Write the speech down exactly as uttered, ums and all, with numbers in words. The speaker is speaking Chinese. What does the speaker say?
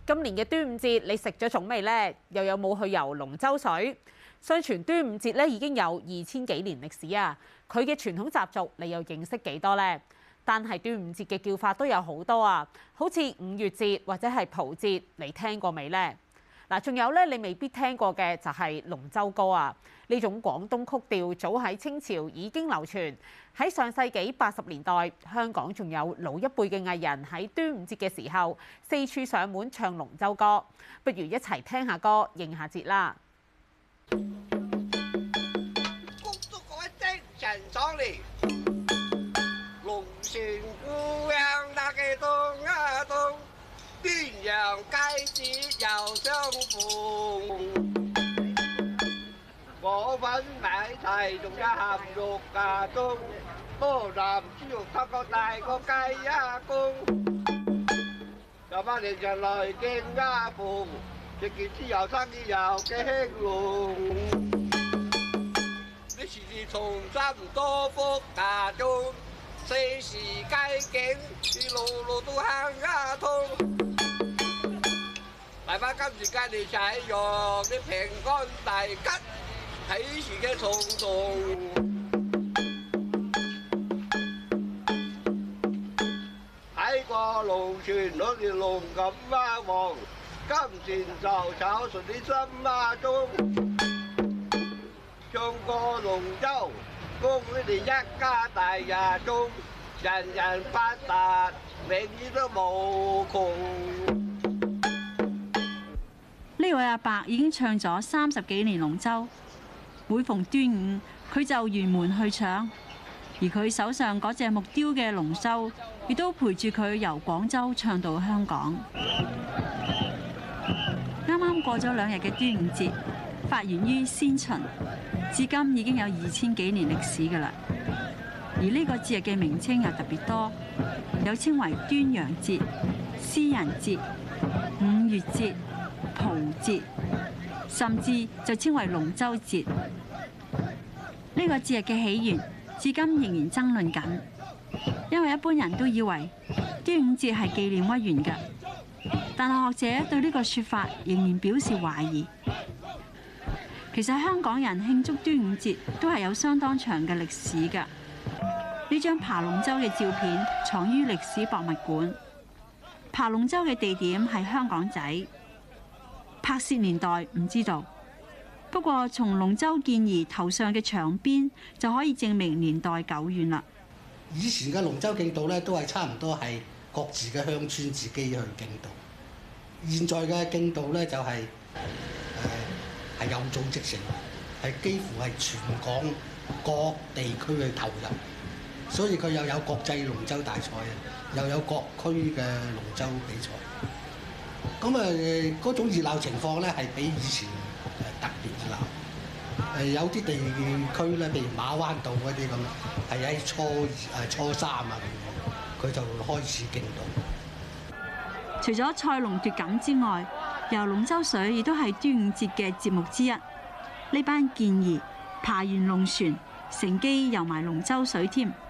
今年嘅端午節，你食咗粽未呢？又有冇去遊龍舟水？相傳端午節咧已經有二千幾年歷史啊！佢嘅傳統習俗，你又認識幾多呢？但係端午節嘅叫法都有好多啊，好似五月節或者係蒲節，你聽過未呢？嗱，仲有咧，你未必聽過嘅就係龍舟歌啊！呢種廣東曲調早喺清朝已經流傳。喺上世紀八十年代，香港仲有老一輩嘅藝人喺端午節嘅時候四處上門唱龍舟歌。不如一齊聽下歌，應下節啦！ 恭祝各位精神爽利，龍船故鄉那嘅東啊東，端陽佳節又相逢。我粉買齊仲有鹹肉架中，多男豬肉偷個大個雞啊公，有班年人來見家父，食件豬油生意又興隆。你時時重新多福家中，四時雞景，路路都行啊通。大把今時間你使用，啲平安大吉。喜事嘅重重，睇個龍船好似龍咁啊旺，金錢就炒順你心啊中，唱個龍舟，恭喜你哋一家大呀中，人人發達，永遠都無窮。 呢位阿伯已經唱咗三十幾年龍舟。每逢端午，佢就沿門去唱，而佢手上嗰隻木雕嘅龍舟，亦都陪住佢由廣州唱到香港。啱啱過咗兩日嘅端午節，發源於先秦，至今已經有二千幾年歷史㗎啦。而呢個節日嘅名稱又特別多，有稱為端陽節、詩人節、五月節、蒲節。甚至就稱為龍舟節。呢個節日嘅起源，至今仍然爭論緊。因為一般人都以為端午節係紀念屈原嘅，但係學者對呢個說法仍然表示懷疑。其實香港人慶祝端午節都係有相當長嘅歷史㗎。呢張爬龍舟嘅照片藏於歷史博物館。爬龍舟嘅地點係香港仔。拍攝年代唔知道，不過從龍舟健兒頭上嘅長鞭就可以證明年代久遠啦。 以前嘅龍舟競渡咧，都係差唔多係各自嘅鄉村自己去競渡。現在嘅競渡咧就係誒係有組織性，係幾乎係全港各地區去投入，所以佢又有國際龍舟大賽啊，又有各區嘅龍舟比賽。咁誒嗰種熱鬧情況咧，係比以前誒特別熱鬧。誒有啲地區咧，譬如馬灣道嗰啲咁，係喺初誒初三啊，佢就開始競渡。 除咗賽龍奪錦之外，遊龍舟水亦都係端午節嘅節目之一。呢班健兒爬完龍船，乘機遊埋龍舟水添。